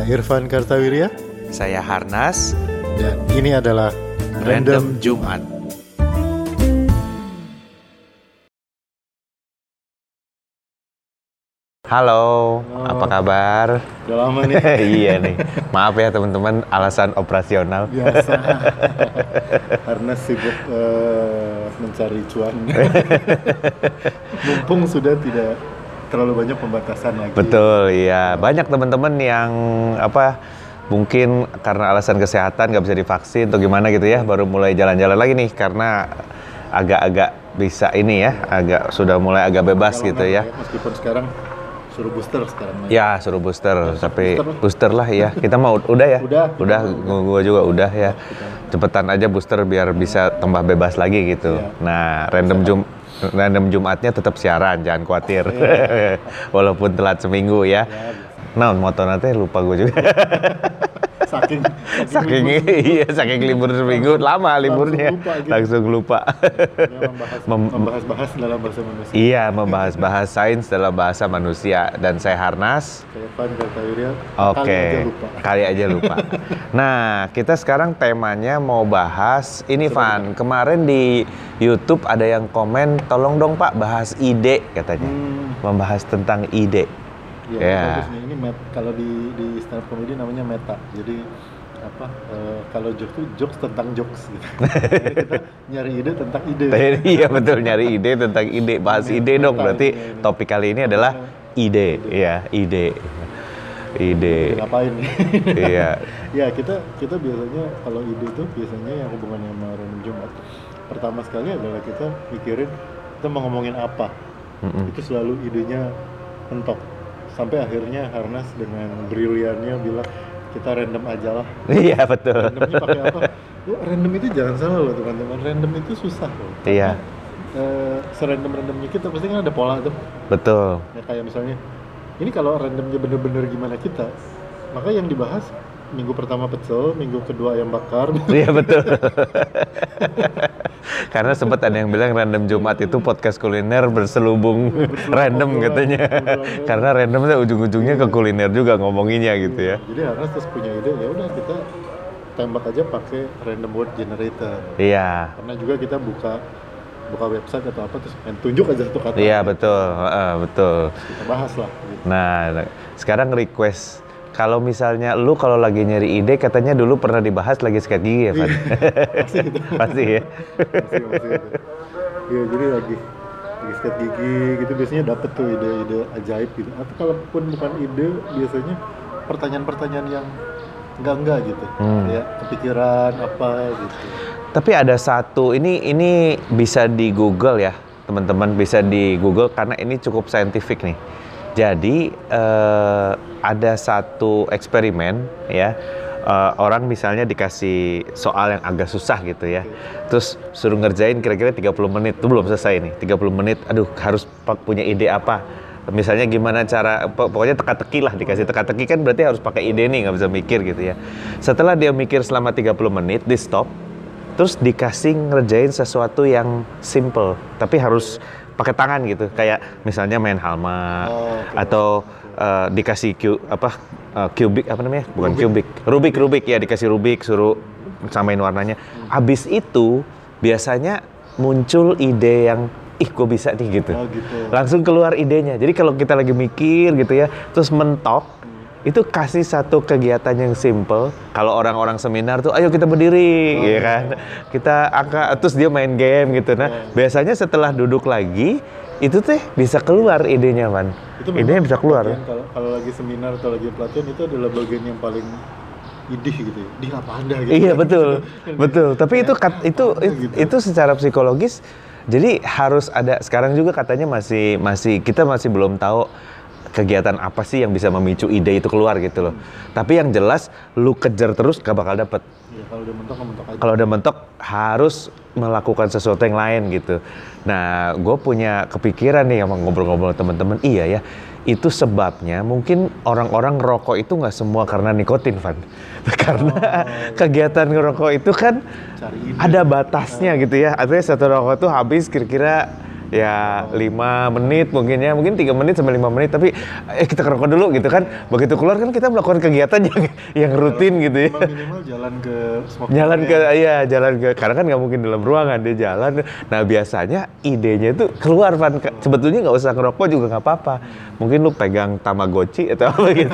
Irfan Kartawirya. Saya Harnas. Dan ini adalah Random Jumat. Halo, apa kabar? Udah lama nih. Iya nih, maaf ya teman-teman, alasan operasional. Biasa. Karena sibuk mencari cuan. Mumpung sudah tidak terlalu banyak pembatasan lagi. Betul, iya. Banyak teman-teman yang mungkin karena alasan kesehatan nggak bisa divaksin atau gimana gitu ya, baru mulai jalan-jalan lagi nih karena agak-agak bisa ini ya, sudah mulai agak bebas gitu ya. Meskipun sekarang suruh booster sekarang. Ya, suruh booster, tapi booster lah ya. Kita mau udah ya. Udah. Gua juga udah ya. Cepetan aja booster biar bisa tambah bebas lagi gitu. Ya. Nah, random Jumatnya tetap siaran, jangan khawatir. Ya. Walaupun telat seminggu ya. Nah, moto nanti lupa gue juga. Saking libur seminggu lama liburnya langsung lupa. Membahas dalam bahasa manusia. Iya, membahas sains dalam bahasa manusia. Dan saya Harnas. Saya Irfan Kartawirya. Oke, kali aja lupa. Nah, kita sekarang temanya mau bahas ini, Van. Kemarin di YouTube ada yang komen, tolong dong Pak bahas ide katanya. Membahas tentang ide. Ya. Ini kalau di stand up comedy namanya meta. Jadi kalau jokes itu jokes tentang jokes gitu. Jadi kita nyari ide tentang ide. Iya betul, nyari ide tentang ide. Bahas ide dong. Berarti topik kali ini adalah ide. Iya, ide. Ngapain nih? Iya. Ya, kita biasanya kalau ide itu biasanya yang hubungannya sama Random Jumat. Pertama sekali adalah kita mikirin kita mau ngomongin apa. Itu selalu idenya mentok. Sampai akhirnya Harnas dengan briliannya bilang kita random aja lah. Iya betul. Randomnya pakai apa? Random itu jangan salah loh teman-teman. Random itu susah loh. Iya. Serandom-randomnya kita pasti kan ada pola tuh. Betul. Ya, kayak misalnya ini kalau randomnya bener-bener gimana kita, maka yang dibahas minggu pertama pecel, minggu kedua ayam bakar. Iya betul. Karena sempat ada yang bilang Random Jumat itu podcast kuliner berselubung random katanya. Karena randomnya ujung-ujungnya ke kuliner juga ngomonginnya gitu ya. Jadi harus terus punya ide, ya udah kita tembak aja pakai random word generator. Iya. Karena juga kita buka website atau apa terus tunjuk aja satu kata. Iya betul, betul. Kita bahas lah. Gitu. Nah, sekarang request. Kalau misalnya lu kalau lagi nyari ide, katanya dulu pernah dibahas lagi sikat gigi ya, Pak? Pasti gitu. Pasti ya? Pasti gitu. Iya, jadi lagi sikat gigi gitu biasanya dapet tuh ide-ide ajaib gitu. Atau kalaupun bukan ide, biasanya pertanyaan-pertanyaan yang enggak gitu. Kayak kepikiran apa gitu. Tapi ada satu, ini bisa di Google ya, teman-teman, bisa di Google karena ini cukup saintifik nih. Jadi ada satu eksperimen ya, orang misalnya dikasih soal yang agak susah gitu ya, terus suruh ngerjain kira-kira 30 menit, itu belum selesai nih, 30 menit, harus punya ide apa, misalnya gimana cara, pokoknya teka-teki lah, dikasih teka-teki kan berarti harus pakai ide nih, nggak bisa mikir gitu ya. Setelah dia mikir selama 30 menit, di stop, terus dikasih ngerjain sesuatu yang simple, tapi harus pakai tangan gitu, kayak misalnya main halma atau dikasih kubik apa namanya? Bukan kubik, Rubik ya, dikasih Rubik, suruh samain warnanya. Habis itu biasanya muncul ide yang gue bisa nih gitu. Langsung keluar idenya. Jadi kalau kita lagi mikir gitu ya, terus mentok, itu kasih satu kegiatan yang simple. Kalau orang-orang seminar tuh, ayo kita berdiri, ya kan? Kita angkat, terus dia main game gitu. Nah, biasanya setelah duduk lagi, itu teh bisa keluar idenya, Man. Idenya bisa keluar. Kalau lagi seminar atau lagi pelatihan, itu adalah bagian yang paling idih gitu ya. Di apa ada gitu. Iya, betul. Tapi itu secara psikologis, jadi harus ada. Sekarang juga katanya kita masih belum tahu kegiatan apa sih yang bisa memicu ide itu keluar gitu loh. Tapi yang jelas lu kejar terus gak bakal dapet. Ya, kalau udah mentok aja. Kalau udah mentok harus melakukan sesuatu yang lain gitu. Nah, gue punya kepikiran nih sama ngobrol-ngobrol teman-teman. Iya ya, itu sebabnya mungkin orang-orang ngerokok itu nggak semua karena nikotin, Van. Karena kegiatan ngerokok itu kan ada batasnya gitu ya. Artinya satu rokok tuh habis kira-kira ya 5 menit mungkin 3 menit sampai 5 menit, tapi kita ngerokok dulu gitu kan. Begitu keluar kan kita melakukan kegiatan yang rutin gitu ya. Minimal jalan ke karena kan nggak mungkin dalam ruangan, dia jalan. Nah biasanya idenya itu keluar Van. Sebetulnya nggak usah ngerokok juga nggak apa-apa. Mungkin lu pegang Tamagotchi atau apa gitu.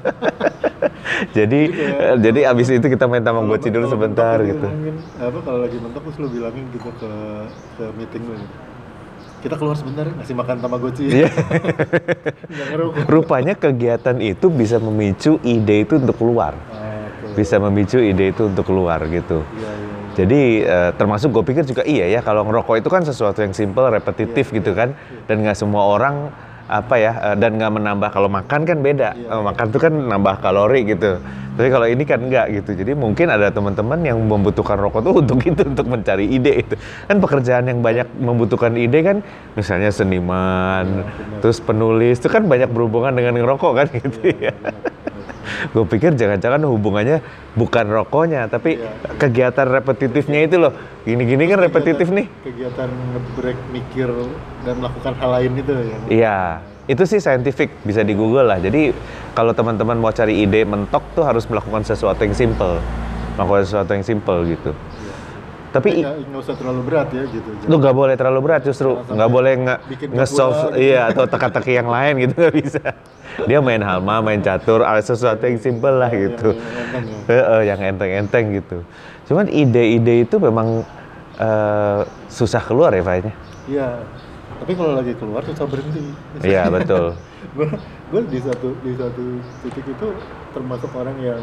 Jadi abis itu kita main Tamagotchi dulu sebentar gitu. Kalau lagi mentok terus lu bilangin gitu ke meeting lu. Kita keluar sebentar ngasih makan Tamagotchi. Iya. Rupanya kegiatan itu bisa memicu ide itu untuk keluar. Bisa memicu ide itu untuk keluar gitu. Iya. Jadi termasuk gue pikir juga iya ya, kalau ngerokok itu kan sesuatu yang simple, repetitif gitu kan. Dan nggak semua orang dan nggak menambah. Kalau makan kan beda, makan itu kan nambah kalori gitu. Tapi kalau ini kan enggak gitu. Jadi mungkin ada teman-teman yang membutuhkan rokok tuh untuk itu, untuk mencari ide itu. Kan pekerjaan yang banyak membutuhkan ide kan, misalnya seniman, terus penulis, itu kan banyak berhubungan dengan ngerokok kan gitu ya. Gue pikir jangan-jangan hubungannya bukan rokoknya, tapi kegiatan repetitifnya itu loh. Gini-gini kan repetitif nih. Kegiatan nge-break, mikir, dan melakukan hal lain itu ya. Iya, itu sih scientific, bisa di Google lah. Jadi kalau teman-teman mau cari ide mentok tuh harus melakukan sesuatu yang simple. Gitu. Tapi nggak usah terlalu berat ya gitu. Lu nggak boleh terlalu berat justru, nggak boleh nge-solve atau teka-teki yang lain gitu, nggak bisa. Dia main halma, main catur, sesuatu yang simple lah gitu. Yang enteng gitu. Cuman ide-ide itu memang susah keluar ya Pak. Iya. Tapi kalau lagi keluar susah berhenti. Iya betul. Gue di satu titik itu termasuk orang yang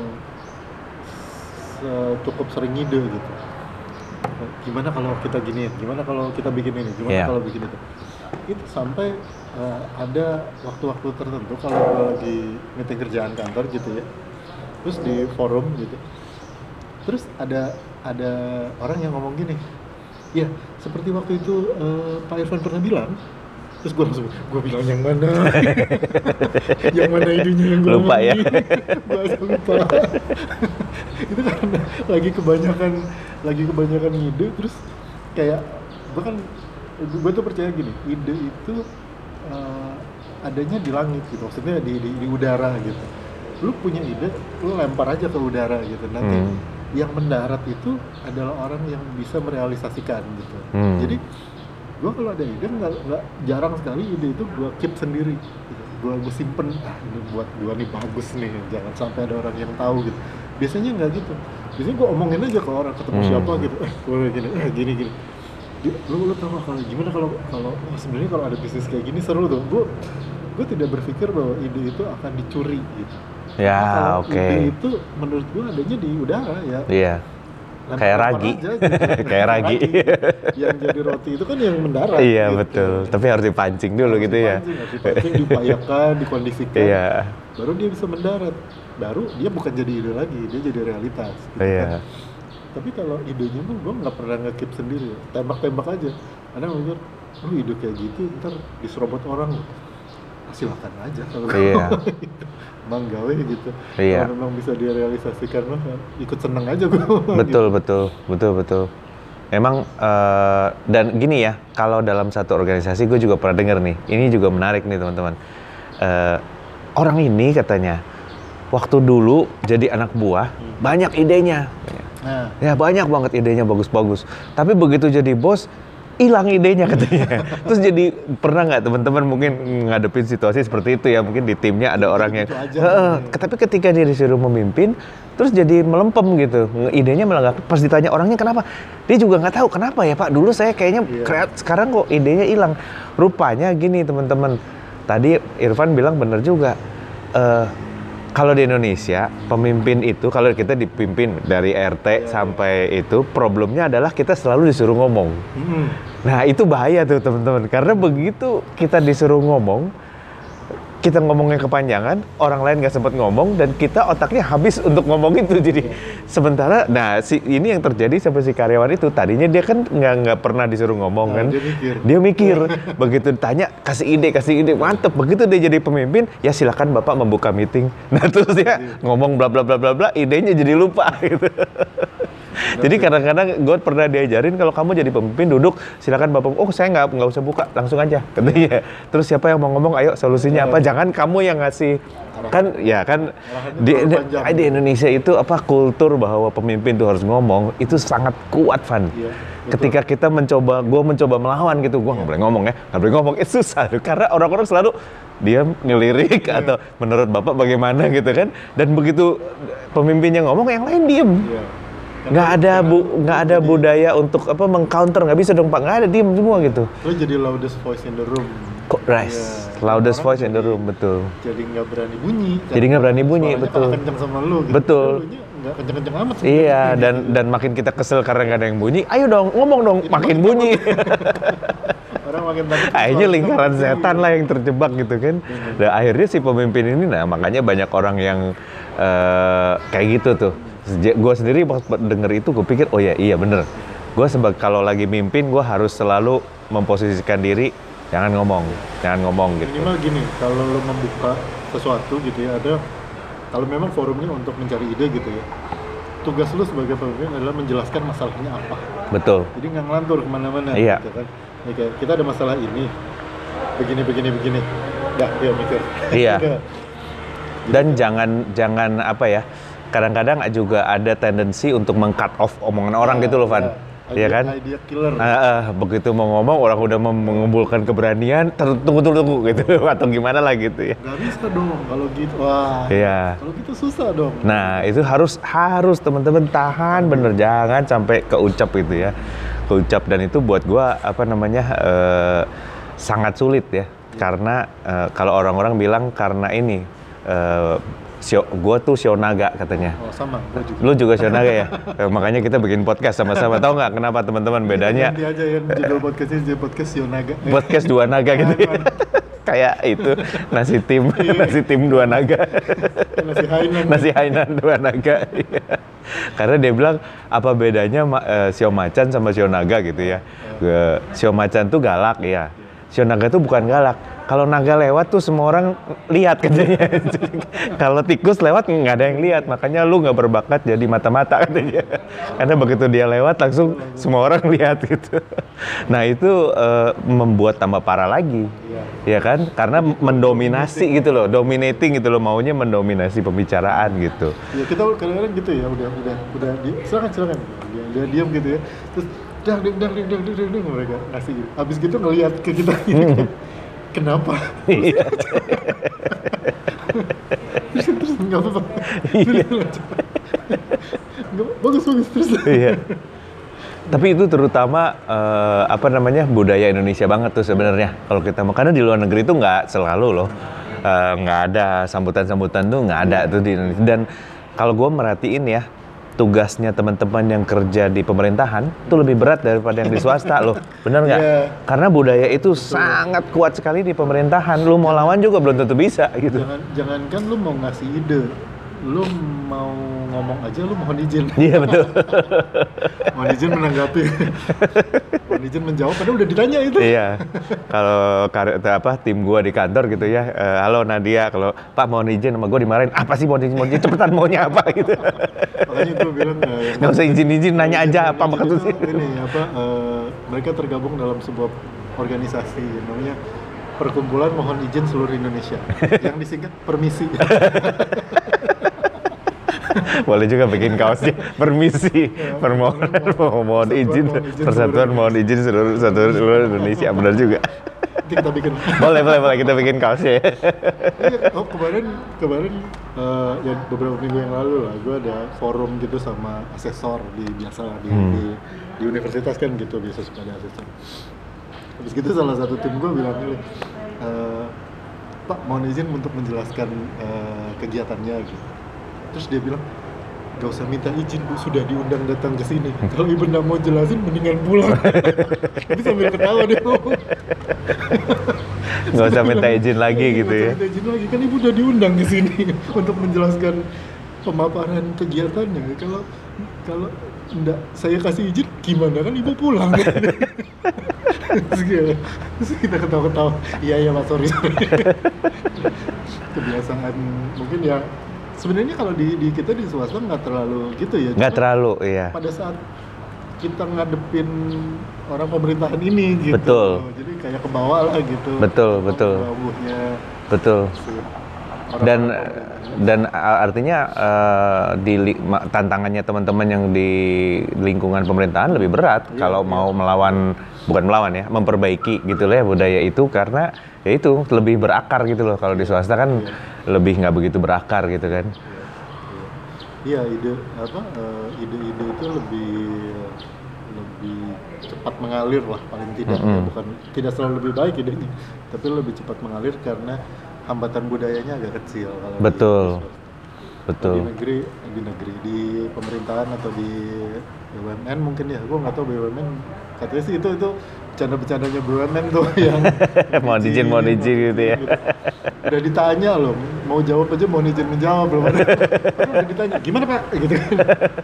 cukup sering ide gitu. Gimana kalau kita gini, gimana kalau kita bikin ini, gimana kalau bikin itu. Itu sampai ada waktu-waktu tertentu kalau gue lagi meeting kerjaan kantor gitu ya, terus di forum gitu, terus ada orang yang ngomong gini, ya seperti waktu itu Pak Irfan pernah bilang, terus gue bilang yang mana yang mana idenya yang gue lupa ya. gue lupa. Itu karena lagi kebanyakan ide, terus kayak gue tuh percaya gini, ide itu adanya di langit gitu, maksudnya di udara gitu. Lu punya ide, lu lempar aja ke udara gitu, nanti yang mendarat itu adalah orang yang bisa merealisasikan gitu. Jadi gue kalau ada ide nggak jarang sekali ide itu gue keep sendiri gitu. Gue simpen, ini buat gue nih bagus nih, jangan sampai ada orang yang tahu gitu. Biasanya nggak gitu, biasanya gue omongin aja ke orang, ketemu siapa gitu, gue gini lu tau gak gimana kalau sebenarnya kalau ada bisnis kayak gini seru tuh. Gue tidak berpikir bahwa ide itu akan dicuri gitu. Ya oke. Ide itu menurut gue adanya di udara ya. Iya. Kayak ragi. Aja, gitu. Kayak ragi. Yang jadi roti itu kan yang mendarat. Iya gitu. Betul. Tapi harus dipancing dulu gitu ya. Harus dipancing, diupayakan, dikondisikan. Iya. Baru dia bisa mendarat. Baru dia bukan jadi ide lagi, dia jadi realitas. Gitu iya. Kan. Tapi kalau idenya mah gue nggak pernah nge-keep sendiri, tembak-tembak aja. Karena mikir, ide kayak gitu ntar diserobot orang. Silakan aja kalau emang gawe gitu. Iya. Kalau memang bisa direalisasikan mah ikut seneng aja gue. Betul. Emang dan gini ya, kalau dalam satu organisasi gue juga pernah dengar nih. Ini juga menarik nih teman-teman. Orang ini katanya waktu dulu jadi anak buah banyak idenya. Ya banyak banget idenya, bagus-bagus. Tapi begitu jadi bos, hilang idenya katanya. Terus jadi pernah nggak teman-teman mungkin ngadepin situasi seperti itu ya, mungkin di timnya ada orang yang tapi ketika dia disuruh memimpin terus jadi melempem gitu, idenya malah nggak, pas ditanya orangnya kenapa, dia juga nggak tahu kenapa ya Pak, dulu saya kayaknya sekarang kok idenya hilang. Rupanya gini teman-teman, tadi Irfan bilang benar juga, kalau di Indonesia, pemimpin itu, kalau kita dipimpin dari RT sampai itu, problemnya adalah kita selalu disuruh ngomong. Nah, itu bahaya tuh teman-teman. Karena begitu kita disuruh ngomong, kita ngomongnya kepanjangan, orang lain nggak sempat ngomong, dan kita otaknya habis untuk ngomong itu. Jadi sementara, ini yang terjadi sampai si karyawan itu, tadinya dia kan nggak pernah disuruh ngomong kan. Dia mikir. Begitu ditanya, kasih ide, mantep. Begitu dia jadi pemimpin, ya silakan Bapak membuka meeting. Nah terus dia ngomong bla bla bla bla bla, idenya jadi lupa gitu. Jadi kadang-kadang gue pernah diajarin kalau kamu jadi pemimpin duduk, silakan bapak. Oh saya nggak usah buka, langsung aja katanya. Terus siapa yang mau ngomong, ayo solusinya apa? Jangan kamu yang ngasih. Kan ya kan di Indonesia itu apa kultur bahwa pemimpin itu harus ngomong itu sangat kuat, Van. Iya, Ketika kita gue mencoba melawan gitu, gue nggak boleh ngomong ya, nggak boleh ngomong, itu susah karena orang-orang selalu diam ngelirik atau menurut bapak bagaimana gitu kan, dan begitu pemimpinnya ngomong yang lain diem. Iya. Nggak ada budaya untuk apa mengcounter, nggak bisa dong Pak, nggak ada, diem semua gitu. Lo jadi loudest voice in the room. Loudest voice in the room, betul. Jadi nggak berani bunyi. Jadi nggak berani bunyi, betul. Kenceng sama lo. Gitu. Betul. Nggak kenceng-kenceng amat. Iya, dan makin kita kesel karena nggak ada yang bunyi, ayo dong ngomong dong, makin bunyi. Orang makin takut. Akhirnya lingkaran setan lah yang terjebak gitu kan. Dan akhirnya si pemimpin ini, nah makanya banyak orang yang kayak gitu tuh. Gue sendiri pas denger itu gue pikir oh ya iya bener. Gue kalau lagi mimpin gue harus selalu memposisikan diri jangan ngomong gitu. Minimal gini, kalau lo membuka sesuatu gitu ya, ada kalau memang forumnya untuk mencari ide gitu ya, tugas lo sebagai pemimpin adalah menjelaskan masalahnya apa. Betul. Jadi nggak ngelantur kemana-mana. Iya. Gitu kan. Ini kayak kita ada masalah ini, begini. Dah, dia mikir. Iya. Dan jangan apa ya? Kadang-kadang juga ada tendensi untuk meng-cut off omongan orang gitu loh, Van. Iya kan? Idea killer. Begitu mau ngomong, orang udah mengumpulkan keberanian, tunggu gitu, atau gimana lah gitu ya. Gak bisa dong kalau gitu. Wah. Iya. Kalau gitu susah dong. Nah, itu harus teman-teman tahan bener, jangan sampai keucap gitu ya. Keucap, dan itu buat gua sangat sulit ya. Karena kalau orang-orang bilang karena ini gue tuh Shio naga katanya. Oh sama, gue juga. Lu juga Shio naga ya? Makanya kita bikin podcast sama-sama. Tahu nggak kenapa teman-teman bedanya? Nanti aja yang judul podcastnya jadi podcast Shio naga. Podcast dua naga gitu ya. Kayak itu nasi tim dua naga. Nasi Hainan dua naga. Karena dia bilang apa bedanya Shio macan sama Shio naga gitu ya. Shio macan tuh galak ya. Shio naga tuh bukan galak. Kalau naga lewat tuh semua orang lihat katanya. Kalau tikus lewat nggak ada yang lihat, makanya lu nggak berbakat jadi mata-mata katanya. Karena begitu dia lewat langsung semua orang lihat gitu. Nah itu membuat tambah parah lagi, ya kan? Karena mendominasi gitu loh, dominating gitu loh, maunya mendominasi pembicaraan gitu. Ya kita kadang-kadang gitu ya, udah silakan. Dia diam gitu ya, terus dar mereka ngasih gitu. Habis gitu ngelihat ke kita gitu. Kenapa? Iya. terus nggak apa-apa. Bagus terus. Iya. Tapi itu terutama budaya Indonesia banget tuh sebenarnya. Kalau kita karena di luar negeri itu nggak selalu loh, nggak ada sambutan tuh nggak ada tuh di Indonesia. Dan kalau gue merhatiin ya, tugasnya teman-teman yang kerja di pemerintahan itu lebih berat daripada yang di swasta loh. Benar nggak? Yeah. Karena budaya itu sangat kuat sekali di pemerintahan. Lu mau lawan juga belum tentu bisa gitu. Jangankan lu mau ngasih ide, lu mau ngomong aja lu mohon izin. Iya betul. Mohon izin menanggapi. Mohon izin menjawab padahal udah ditanya itu. Iya. Kalau tim gua di kantor gitu ya, halo Nadia, kalau Pak mohon izin sama gua dimarahin, apa sih mohon izin cepetan maunya apa gitu. Makanya gua bilang nggak usah izin nanya aja apa maksudnya. Ini mereka tergabung dalam sebuah organisasi namanya Perkumpulan Mohon Izin Seluruh Indonesia yang disingkat Permisi. Boleh juga bikin kaosnya permisi, mohon izin, persatuan mohon izin seluruh Indonesia, benar juga. Kita bikin. Boleh kita bikin kaosnya. Kemarin ya beberapa minggu yang lalu lah, gue ada forum gitu sama asesor di universitas kan gitu, biasa suka ada asesor. Habis gitu salah satu tim gue bilang ini, Pak mohon izin untuk menjelaskan kegiatannya gitu. Terus dia bilang, gak usah minta izin Bu, sudah diundang datang ke sini. Kalau Ibu nggak mau jelasin, mendingan pulang. Tapi sambil ketawa dia ngomong. Gak usah minta izin lagi gitu ya. Minta izin lagi, kan Ibu udah diundang ke sini untuk menjelaskan pemaparan kegiatannya. Kalau enggak saya kasih izin, gimana kan Ibu pulang. Terus kita ketawa-ketawa. Iya Mas, sorry. Kebiasaan mungkin ya. sebenarnya kalau di kita di swasta nggak terlalu gitu ya. Nggak terlalu, iya. Pada saat kita ngadepin orang pemerintahan ini gitu. Betul. Jadi kayak ke bawah lah gitu. Betul. Betul. Dan artinya tantangannya teman-teman yang di lingkungan pemerintahan lebih berat kalau mau memperbaiki gitu lah ya budaya itu, karena ya itu lebih berakar gitu loh. Kalau di swasta kan lebih nggak begitu berakar gitu kan. Iya, ide-ide itu lebih cepat mengalir lah paling tidak. Ya, bukan tidak selalu lebih baik idenya, tapi lebih cepat mengalir karena hambatan budayanya agak kecil. Kalau betul. Di negeri di pemerintahan atau di BUMN mungkin ya, gue nggak tahu BUMN, katanya sih itu bercanda-bercandanya BUMN tuh yang mau izin gitu ya. Udah ditanya loh, mau jawab aja mau izin menjawab belum ada. Udah ditanya gimana Pak gitu kan.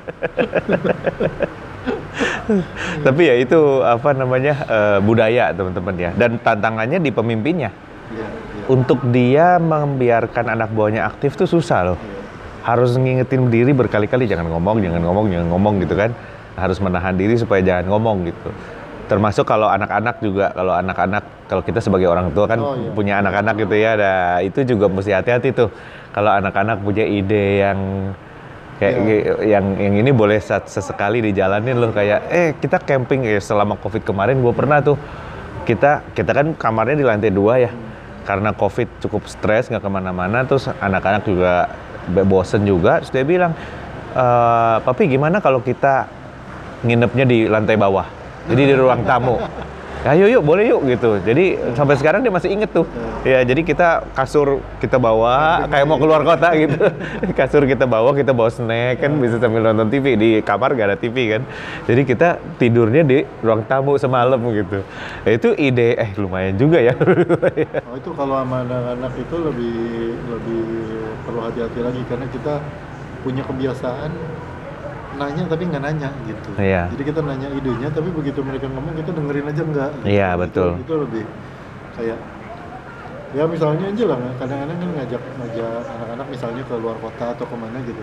Tapi ya itu budaya teman-teman ya, dan tantangannya di pemimpinnya. Untuk dia membiarkan anak buahnya aktif tuh susah loh. Harus ngingetin diri berkali-kali jangan ngomong gitu kan. Harus menahan diri supaya jangan ngomong gitu. Termasuk kalau anak-anak juga, kalau kita sebagai orang tua kan punya anak-anak gitu ya, itu juga mesti hati-hati tuh. Kalau anak-anak punya ide yang yang ini boleh sesekali dijalanin loh, kayak kita camping selama Covid kemarin gue pernah tuh, kita kan kamarnya di lantai 2 ya. Karena Covid cukup stres, nggak kemana-mana, terus anak-anak juga bosen juga, terus dia bilang, Papi gimana kalau kita nginepnya di lantai bawah, jadi di ruang tamu. Ayo yuk, boleh yuk gitu. Jadi sampai sekarang dia masih inget tuh. Ya, jadi kasur kita bawa kayak mau keluar kota gitu. Kasur kita bawa snack kan, bisa sambil nonton TV. Di kamar gak ada TV kan. Jadi kita tidurnya di ruang tamu semalam gitu. Ya, itu ide lumayan juga ya. Itu kalau sama anak-anak itu lebih perlu hati-hati lagi, karena kita punya kebiasaan nanya tapi nggak nanya gitu. Iya. Jadi kita nanya idenya, tapi begitu mereka ngomong kita dengerin aja nggak. Gitu. Iya, betul. Itu lebih kayak ya misalnya aja lah, kadang-kadang kan ngajak anak-anak misalnya ke luar kota atau kemana gitu,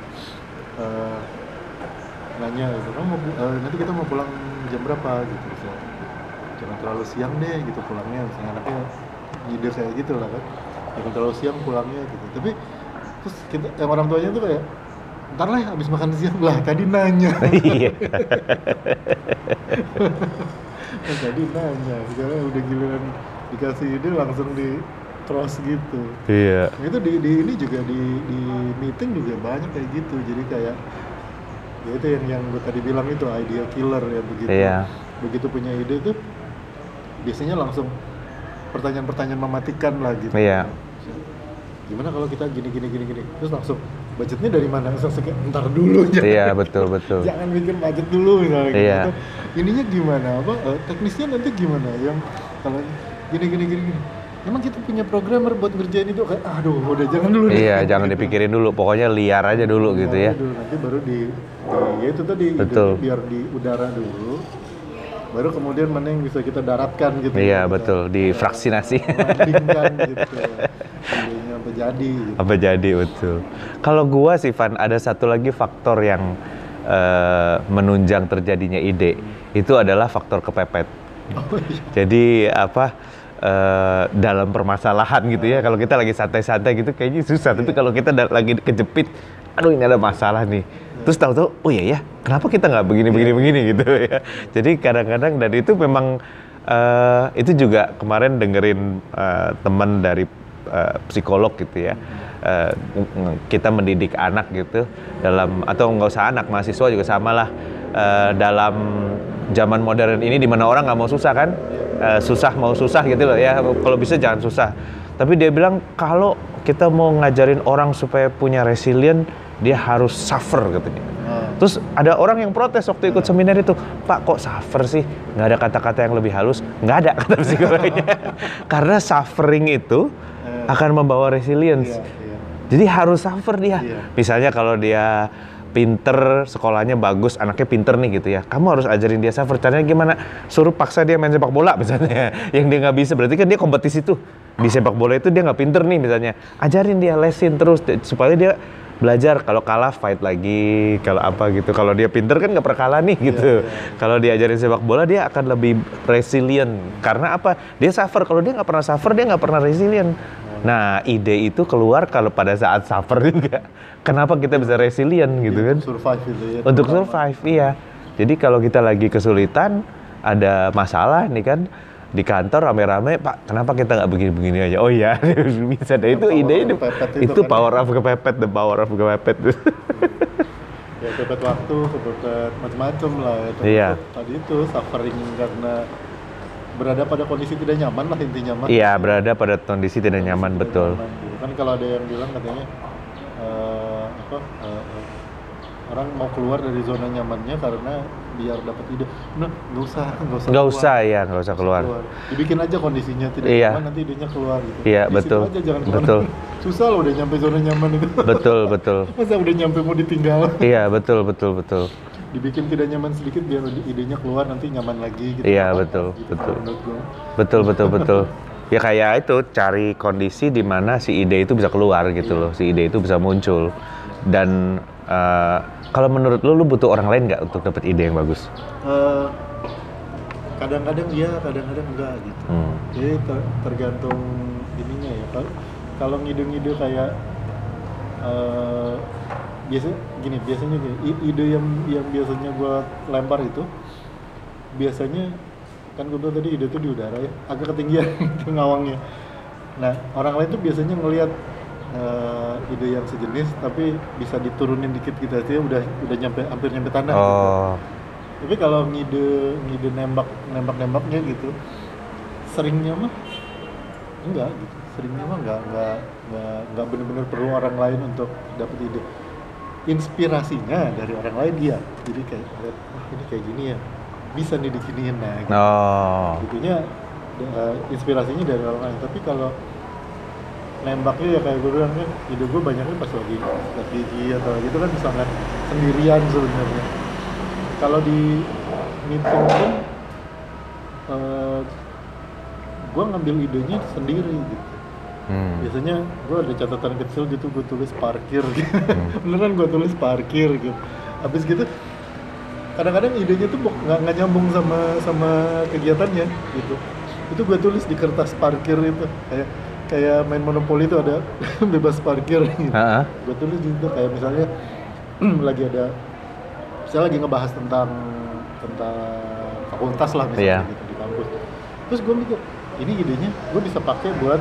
nanya gitu, nanti kita mau pulang jam berapa gitu, misalnya jangan terlalu siang deh gitu pulangnya, misalnya anaknya ide kayak gitu lah kan, jangan terlalu siang pulangnya gitu. Tapi terus kita yang orang tuanya tuh kayak, ntar lah habis makan siang lah, tadi nanya. Iya. Tadi nanya, sekarang udah giliran dikasih ide langsung di cross gitu. Iya. Itu di ini juga di meeting juga banyak kayak gitu. Jadi kayak ya itu yang gue tadi bilang itu idea killer ya, begitu. Iya. Begitu punya ide tuh biasanya langsung pertanyaan-pertanyaan mematikan lah gitu. Iya. Gimana kalau kita gini, terus langsung budgetnya dari mana? Langsung kayak ntar dulu ya. Iya, betul. Jangan mikir budget dulu misalnya iya. gitu. Ininya gimana? Teknisnya nanti gimana? Yang kalau gini. Emang kita punya programmer buat ngerjain itu, kayak aduh udah jangan dulu. Iya, jangan dipikirin dulu. Pokoknya liar aja dulu gitu ya. Nanti baru ya itu tadi biar di udara dulu. Baru kemudian mana yang bisa kita daratkan gitu. Iya, betul. Difraksinasi. Landingkan gitu. Sampai jadi. Betul. Kalau gua sih Van, ada satu lagi faktor yang menunjang terjadinya ide. Itu adalah faktor kepepet. Jadi dalam permasalahan gitu ya, kalau kita lagi santai-santai gitu kayaknya susah, tapi kalau kita lagi kejepit, aduh ini ada masalah nih, terus tahu-tahu oh iya ya, kenapa kita nggak begini gitu ya. Jadi kadang-kadang, dan itu memang itu juga kemarin dengerin teman dari psikolog gitu ya, kita mendidik anak gitu atau nggak usah anak, mahasiswa juga sama lah, dalam zaman modern ini di mana orang nggak mau susah kan, mau susah gitu loh ya, kalau bisa jangan susah. Tapi dia bilang kalau kita mau ngajarin orang supaya punya resilient, dia harus suffer katanya. Terus ada orang yang protes waktu ikut seminar itu, Pak kok suffer sih? Nggak ada kata-kata yang lebih halus? Nggak ada kata psikolognya. Karena suffering itu akan membawa resilience. Jadi harus suffer dia. Misalnya kalau dia pinter, sekolahnya bagus, anaknya pinter nih gitu ya, kamu harus ajarin dia suffer. Caranya gimana? Suruh paksa dia main sepak bola misalnya, yang dia nggak bisa, berarti kan dia kompetisi tuh di sepak bola itu dia nggak pinter nih misalnya. Ajarin dia, lesin terus supaya dia belajar, kalau kalah fight lagi, kalau apa gitu. Kalau dia pinter kan nggak pernah kalah nih gitu. Kalau diajarin sepak bola dia akan lebih resilient. Karena apa? Dia suffer. Kalau dia nggak pernah suffer, dia nggak pernah resilient. Nah, ide itu keluar kalau pada saat suffer juga. Kenapa kita bisa resilient gitu kan? Untuk survive gitu ya. Untuk survive, iya. Jadi kalau kita lagi kesulitan, ada masalah nih kan, di kantor rame-rame, Pak, kenapa kita nggak begini-begini aja? Oh iya, bisa deh. Itu ide itu kan power of kepepet, the power of kepepet. Ya kepepet waktu, kepepet macam-macam lah. Iya. Tadi itu suffering karena berada pada kondisi tidak nyaman lah intinya mah. Iya, berada pada kondisi tidak nyaman, betul. Nyaman, gitu. Kan kalau ada yang bilang katanya orang mau keluar dari zona nyamannya karena biar dapat ide. Nah, nggak usah keluar. Dibikin aja kondisinya tidak nyaman, nanti idenya keluar gitu. Iya, di betul. Situ aja, jangan keluar. Betul. Susah loh udah nyampe zona nyaman itu. Betul. Masa udah nyampe mau ditinggal? Iya, betul. Dibikin tidak nyaman sedikit biar idenya keluar, nanti nyaman lagi gitu. Iya, betul. Betul. Ya kayak itu, cari kondisi di mana si ide itu bisa keluar gitu loh. Si ide itu bisa muncul. Dan kalau menurut lu butuh orang lain nggak untuk dapat ide yang bagus? Kadang-kadang iya, kadang-kadang enggak gitu. Jadi tergantung ininya ya. Kalau ngide-ngide kayak biasanya gini, ide yang biasanya gua lempar itu biasanya kan gue bilang tadi ide itu di udara ya, agak ketinggian itu ngawangnya. Nah, orang lain tuh biasanya ngelihat ide yang sejenis tapi bisa diturunin dikit gitu aja udah hampir nyampe tanah gitu. Tapi kalau ngide nembaknya gitu seringnya mah enggak gitu. Seringnya mah enggak benar-benar perlu orang lain untuk dapat ide. Inspirasinya dari orang lain dia. Jadi kayak ini kayak gini ya. Bisa nih diginiin nah gitu. Gitunya inspirasinya dari orang lain. Tapi kalau nembaknya ya kayak gue bilang kan, ide gue banyaknya pas lagi atau gitu kan sangat sendirian sebenarnya. Kalau di meeting pun gue ngambil idenya sendiri gitu. Biasanya gue ada catatan kecil gitu, gue tulis parkir gitu. Beneran gue tulis parkir gitu. Habis gitu kadang-kadang idenya tuh nggak nyambung sama kegiatannya gitu. Itu gue tulis di kertas parkir itu kayak main monopoli itu ada bebas parkir gitu. Gue tulis di situ kayak misalnya misalnya lagi ngebahas tentang fakultas lah misalnya gitu di kampus. Terus gue mikir ini idenya gue bisa pakai buat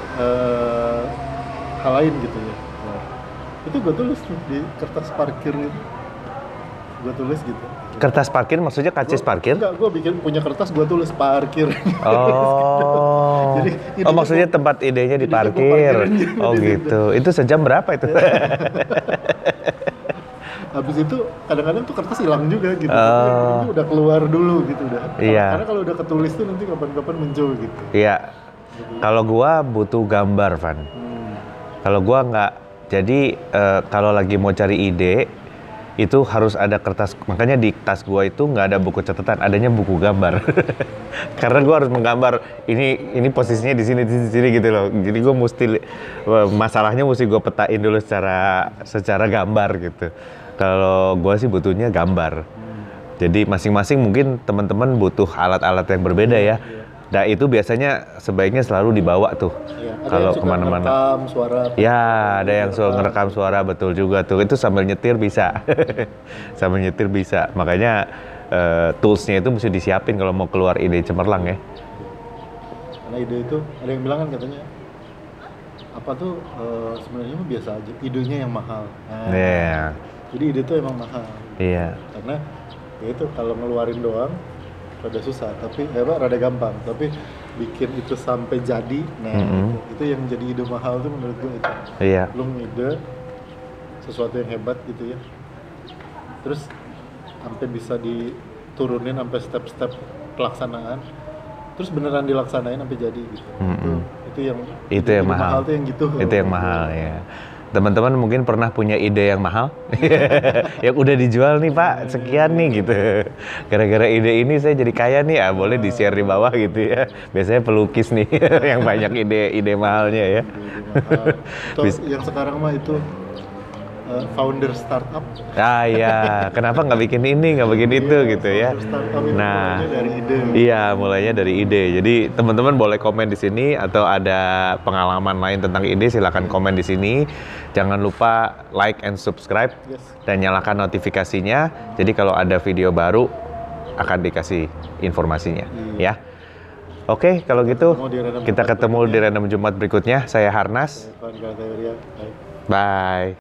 hal lain gitu ya. Nah, itu gue tulis tuh di kertas parkir itu. Gue tulis gitu. Kertas parkir maksudnya kacis parkir? Enggak, gue punya kertas, gue tulis parkir. Jadi, maksudnya tempat idenya di parkir. Oh gitu. Itu sejam berapa itu? Habis itu kadang-kadang tuh kertas hilang juga gitu. Itu udah keluar dulu gitu udah. Karena kalau udah ketulis tuh nanti kapan-kapan muncul gitu. Iya. Kalau gua butuh gambar, Van. Kalau gua nggak, jadi kalau lagi mau cari ide itu harus ada kertas. Makanya di tas gua itu nggak ada buku catatan, adanya buku gambar. Karena gua harus menggambar ini posisinya di sini gitu loh. Jadi gua masalahnya mesti gua petain dulu secara gambar gitu. Kalau gua sih butuhnya gambar. Jadi masing-masing mungkin teman-teman butuh alat-alat yang berbeda ya. Nah itu biasanya sebaiknya selalu dibawa tuh kalau kemana-mana. Ngerekam suara. Ya ada yang ngerekam suara, betul juga tuh. Itu sambil nyetir bisa. Makanya toolsnya itu mesti disiapin kalau mau keluar ide cemerlang ya. Karena ide itu ada yang bilang kan katanya apa tuh sebenarnya mah biasa aja. Idenya yang mahal. Nah, jadi ide itu emang mahal. Iya. Karena ya itu kalau ngeluarin doang rada susah, tapi rada gampang. Tapi bikin itu sampai jadi, itu yang jadi ide mahal tuh menurut gue itu. Iya. Lu ngide sesuatu yang hebat gitu ya, terus sampai bisa diturunin sampai step-step pelaksanaan, terus beneran dilaksanain sampai jadi gitu. Itu yang mahal tuh yang gitu. Itu yang mahal ya. Teman-teman mungkin pernah punya ide yang mahal yang udah dijual nih Pak sekian nih gitu, gara-gara ide ini saya jadi kaya nih, boleh di-share di bawah gitu ya. Biasanya pelukis nih yang banyak ide mahalnya ya. Yang sekarang mah itu founder startup. Ah ya, kenapa nggak bikin ini, nggak bikin itu gitu ya. Startup itu Nah, mulainya dari ide. iya, mulainya dari ide. Jadi teman-teman boleh komen di sini atau ada pengalaman lain tentang ide, silakan komen di sini. Jangan lupa like and subscribe dan nyalakan notifikasinya. Jadi kalau ada video baru akan dikasih informasinya, ya. Oke, kalau gitu kita ketemu di Random Jumat berikutnya. Saya Harnas. Bye. Bye.